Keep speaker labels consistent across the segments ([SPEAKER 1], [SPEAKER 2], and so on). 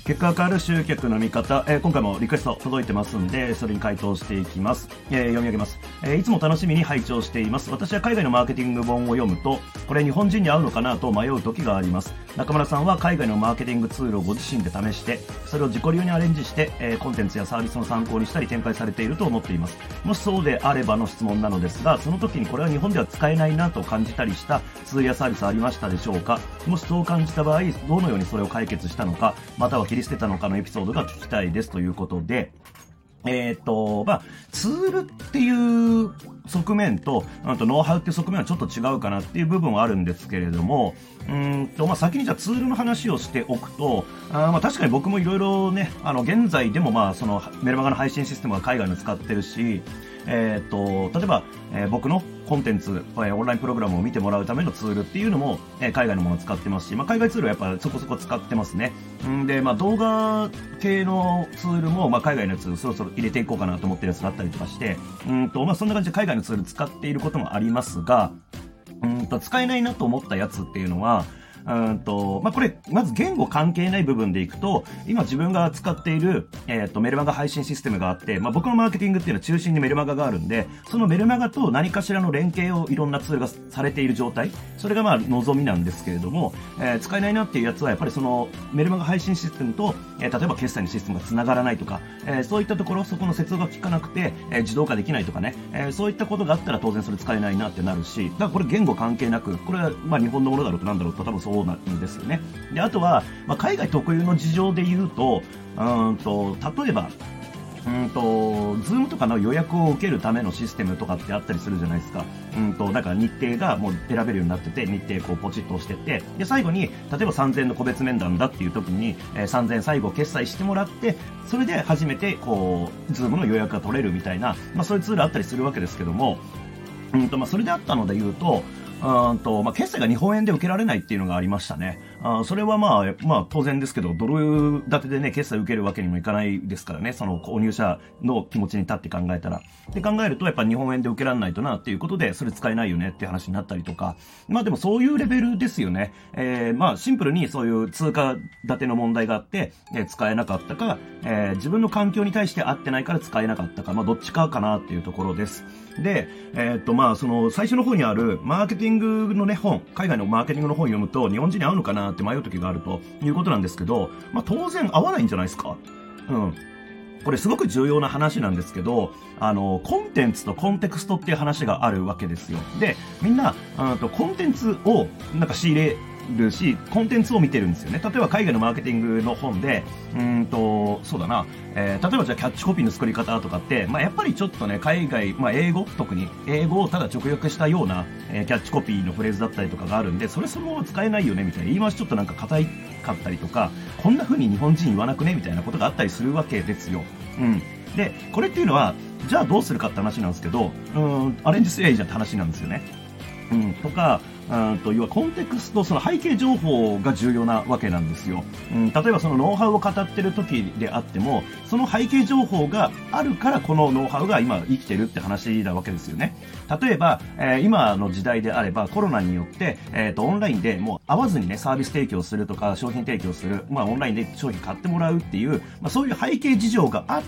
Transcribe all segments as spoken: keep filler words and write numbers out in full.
[SPEAKER 1] 結果が変わる集客の見方、えー、今回もリクエスト届いてますんで、それに回答していきます。えー、読み上げます。えー、いつも楽しみに拝聴しています。私は海外のマーケティング本を読むと、これ日本人に合うのかなと迷う時があります。中村さんは海外のマーケティングツールをご自身で試して、それを自己流にアレンジして、えー、コンテンツやサービスの参考にしたり展開されていると思っています。もしそうであればの質問なのですが、その時にこれは日本では使えないなと感じたりしたツールやサービスありましたでしょうか。もしそう感じた場合、どのようにそれを解決したのか、または切り捨てたのかのエピソードが聞きたいですということで、えっと、まあ、ツールっていう側面と、あとノウハウっていう側面はちょっと違うかなっていう部分はあるんですけれども、うーんと、まあ、先にじゃあツールの話をしておくと、あまあ確かに僕もいろいろね、あの、現在でもまあ、そのメルマガの配信システムは海外の使ってるし、えっと、例えば、えー、僕のコンテンツ、オンラインプログラムを見てもらうためのツールっていうのも、えー、海外のものを使ってますし、まあ、海外ツールはやっぱそこそこ使ってますね。んで、まあ、動画系のツールも、まあ、海外のやつそろそろ入れていこうかなと思ってるやつがあったりとかして、うんと、まあ、そんな感じで海外のツール使っていることもありますが、うんと、使えないなと思ったやつっていうのは、うんと、まあ、これ、まず言語関係ない部分でいくと、今自分が使っている、えっと、メルマガ配信システムがあって、まあ、僕のマーケティングっていうのは中心にメルマガがあるんで、そのメルマガと何かしらの連携をいろんなツールがされている状態、それがまあ、望みなんですけれども、えー、使えないなっていうやつは、やっぱりその、メルマガ配信システムと、えー、例えば決済のシステムが繋がらないとか、えー、そういったところ、そこの接続が効かなくて、えー、自動化できないとかね、えー、そういったことがあったら当然それ使えないなってなるし、だからこれ言語関係なく、これはまあ、日本のものだろうとなんだろうと多分そうなんですよね。で、あとは、まあ、海外特有の事情で言うと、うんと、例えば、うんと、ズームとかの予約を受けるためのシステムとかってあったりするじゃないですか。うんと、だから日程がもう選べるようになってて、日程こうポチッと押してって、で、最後に、例えばさんぜんえんの個別面談だっていう時に、えー、さんぜんえん最後決済してもらって、それで初めて、こう、ズームの予約が取れるみたいな、まあそういうツールあったりするわけですけども、うんと、まあそれであったので言うと、うんと、まあ、決済が日本円で受けられないっていうのがありましたね。あそれはまあ、まあ当然ですけど、ドル建てでね、決済受けるわけにもいかないですからね、その購入者の気持ちに立って考えたら。で考えると、やっぱ日本円で受けられないとなっていうことで、それ使えないよねっていう話になったりとか。まあでもそういうレベルですよね。えー、まあシンプルにそういう通貨建ての問題があって、えー、使えなかったか、えー、自分の環境に対して合ってないから使えなかったか、まあどっちかかなっていうところです。で、えー、っとまあその最初の方にあるマーケティングのね本、海外のマーケティングの本を読むと日本人に合うのかなって迷う時があるということなんですけど、まあ当然合わないんじゃないですか。うん。これすごく重要な話なんですけど、あの、コンテンツとコンテクストっていう話があるわけですよ。で、みんな、あとコンテンツをなんか仕入れるし、コンテンツを見てるんですよね。例えば海外のマーケティングの本で、うーんと、そうだな、えー、例えばじゃあキャッチコピーの作り方とかって、まあやっぱりちょっとね、海外、まあ英語、特に英語をただ直訳したような、えー、キャッチコピーのフレーズだったりとかがあるんで、それそのまま使えないよねみたいな、言い回しちょっとなんか硬いかったりとか、こんな風に日本人言わなくねみたいなことがあったりするわけですよ。うん。で、これっていうのは、じゃあどうするかって話なんですけど、うーん、アレンジすりゃいいじゃんって話なんですよね。うん、とか、うんと、要はコンテクスト、その背景情報が重要なわけなんですよ。うん、例えばそのノウハウを語ってる時であっても、その背景情報があるからこのノウハウが今生きてるって話なわけですよね。例えば、えー、今の時代であればコロナによって、えっと、オンラインでもう会わずにね、サービス提供するとか商品提供する、まあオンラインで商品買ってもらうっていう、まあそういう背景事情があって、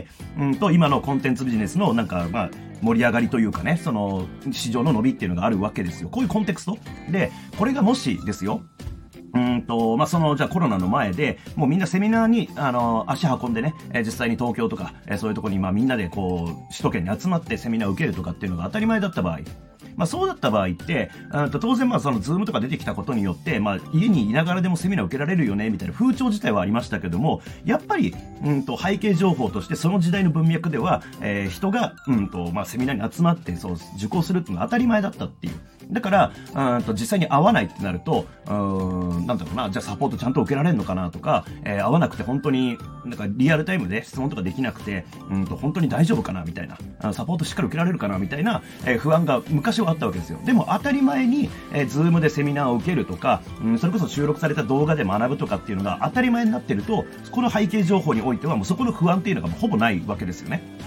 [SPEAKER 1] うんと、今のコンテンツビジネスのなんか、まあ、盛り上がりというかね、その市場の伸びっていうのがあるわけですよ。こういうコンテクストで、これがもしですよ、うんと、まあ、その、じゃあコロナの前で、もうみんなセミナーに、あの、足運んでね、えー、実際に東京とか、えー、そういうところに、まあみんなでこう、首都圏に集まってセミナーを受けるとかっていうのが当たり前だった場合、まあそうだった場合って、あと当然まあそのズームとか出てきたことによって、まあ家にいながらでもセミナーを受けられるよね、みたいな風潮自体はありましたけども、やっぱり、うんと背景情報としてその時代の文脈では、えー、人が、うんと、まあセミナーに集まって、そう、受講するっていうのが当たり前だったっていう。だから、うんと実際に会わないってなると、うーん、なんだろうな、じゃあサポートちゃんと受けられるのかなとか、えー、会わなくて本当に、なんかリアルタイムで質問とかできなくて、うんと本当に大丈夫かなみたいな、あのサポートしっかり受けられるかなみたいな、えー、不安が昔はあったわけですよ。でも当たり前に、えー、ズームでセミナーを受けるとか、うん、それこそ収録された動画で学ぶとかっていうのが当たり前になってると、この背景情報においてはもうそこの不安っていうのがもうほぼないわけですよね。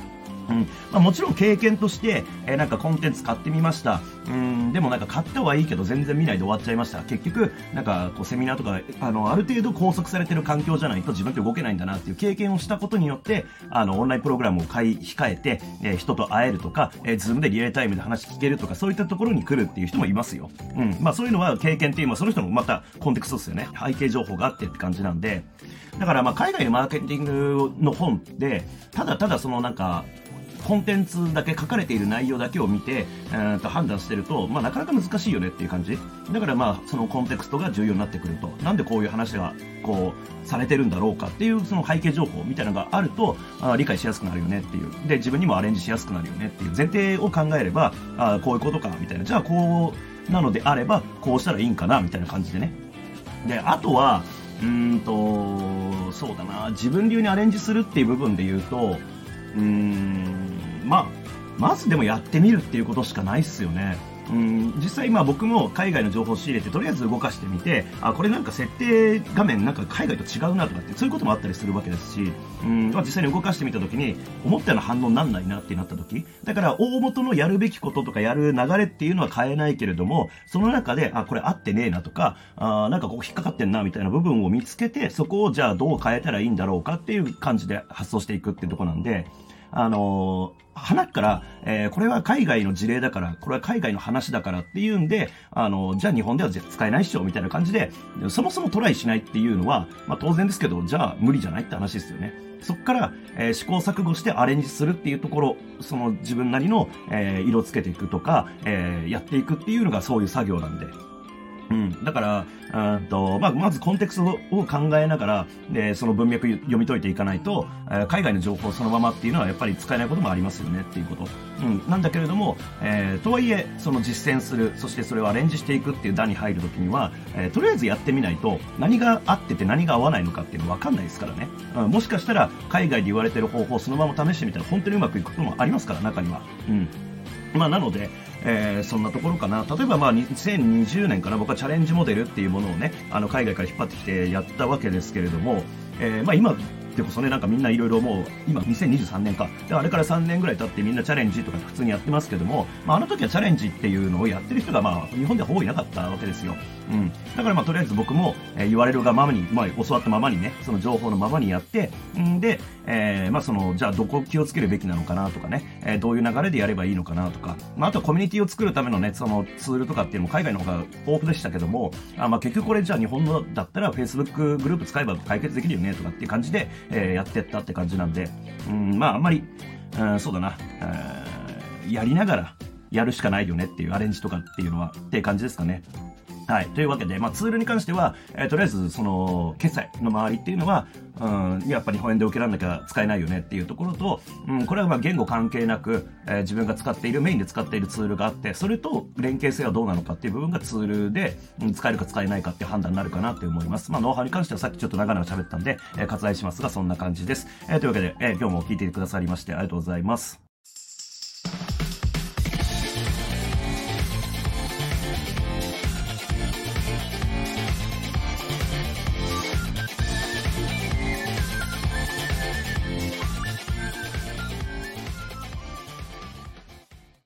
[SPEAKER 1] うんまあ、もちろん経験として、えー、なんかコンテンツ買ってみました。うん、でもなんか買ったはいいけど全然見ないで終わっちゃいました。結局、なんかこうセミナーとか、あの、ある程度拘束されてる環境じゃないと自分って動けないんだなっていう経験をしたことによって、あの、オンラインプログラムを買い控えて、えー、人と会えるとか、えー、ズームでリアルタイムで話聞けるとか、そういったところに来るっていう人もいますよ。うん。まあそういうのは経験っていうのはその人のまたコンテクストですよね。背景情報があってって感じなんで。だからまあ海外のマーケティングの本で、ただただそのなんか、コンテンツだけ書かれている内容だけを見て、えー、と判断してると、まあ、なかなか難しいよねっていう感じ。だからまあそのコンテクストが重要になってくると、なんでこういう話がこうされてるんだろうかっていうその背景情報みたいなのがあると、あ理解しやすくなるよねっていう、で自分にもアレンジしやすくなるよねっていう前提を考えれば、あこういうことかみたいな、じゃあこうなのであればこうしたらいいんかなみたいな感じでね。であとはうーんとそうだな、自分流にアレンジするっていう部分で言うと、うーんまあ、まずでもやってみるっていうことしかないっすよね。うん、実際今僕も海外の情報を仕入れてとりあえず動かしてみて、あ、これなんか設定画面なんか海外と違うなとかってそういうこともあったりするわけですし、うん、まあ、実際に動かしてみた時に思ったような反応になんないなってなった時、だから大元のやるべきこととかやる流れっていうのは変えないけれども、その中で、あ、これ合ってねえなとか、あ、なんかここ引っかかってんなみたいな部分を見つけて、そこをじゃあどう変えたらいいんだろうかっていう感じで発想していくっていうところなんで、あのー、花から、えー、これは海外の事例だから、これは海外の話だからっていうんで、あのー、じゃあ日本では使えないっしょみたいな感じで、そもそもトライしないっていうのは、まあ当然ですけど、じゃあ無理じゃないって話ですよね。そこから、えー、試行錯誤してアレンジするっていうところ、その自分なりの、えー、色つけていくとか、えー、やっていくっていうのがそういう作業なんで。うん。だから、うんと、まあ、まずコンテクストを考えながら、で、その文脈読み解いていかないと、えー、海外の情報そのままっていうのはやっぱり使えないこともありますよねっていうこと。うん。なんだけれども、えー、とはいえ、その実践する、そしてそれをアレンジしていくっていう段に入るときには、えー、とりあえずやってみないと、何が合ってて何が合わないのかっていうのわかんないですからね。うん。もしかしたら、海外で言われてる方法をそのまま試してみたら本当にうまくいくこともありますから、中には。うん。まあ、なので、えー、そんなところかな。例えば、まあ、にせんにじゅうねんから僕はチャレンジモデルっていうものをね、あの、海外から引っ張ってきてやったわけですけれども、えー、まあ、今、でこそね、なんかみんないろいろもう、今にせんにじゅうさんねんか。で、あれからさんねんぐらい経ってみんなチャレンジとか普通にやってますけども、まあ、あの時はチャレンジっていうのをやってる人がまあ、日本ではほぼいなかったわけですよ。うん。だからまあ、とりあえず僕も、えー、言われるがままに、まあ、教わったままにね、その情報のままにやって、んで、えー、まあ、その、じゃあどこ気をつけるべきなのかなとかね、えー、どういう流れでやればいいのかなとか、まあ、あとはコミュニティを作るためのね、そのツールとかっていうのも海外の方が豊富でしたけども、あまあ、結局これじゃあ日本のだったら Facebook グループ使えば解決できるよねとかっていう感じで、えー、やってったって感じなんで、うん、まああんまり、うん、そうだな、やりながらやるしかないよねっていうアレンジとかっていうのはっていう感じですかね。はい。というわけで、まあ、ツールに関しては、えー、とりあえず、その、決済の周りっていうのは、うん、やっぱり日本円で受けられなきゃ使えないよねっていうところと、うん、これはまあ言語関係なく、えー、自分が使っている、メインで使っているツールがあって、それと連携性はどうなのかっていう部分がツールで、うん、使えるか使えないかっていう判断になるかなって思います。まあ、ノウハウに関してはさっきちょっと長々喋ったんで、えー、割愛しますが、そんな感じです。えー、というわけで、えー、今日も聞いてくださりましてありがとうございます。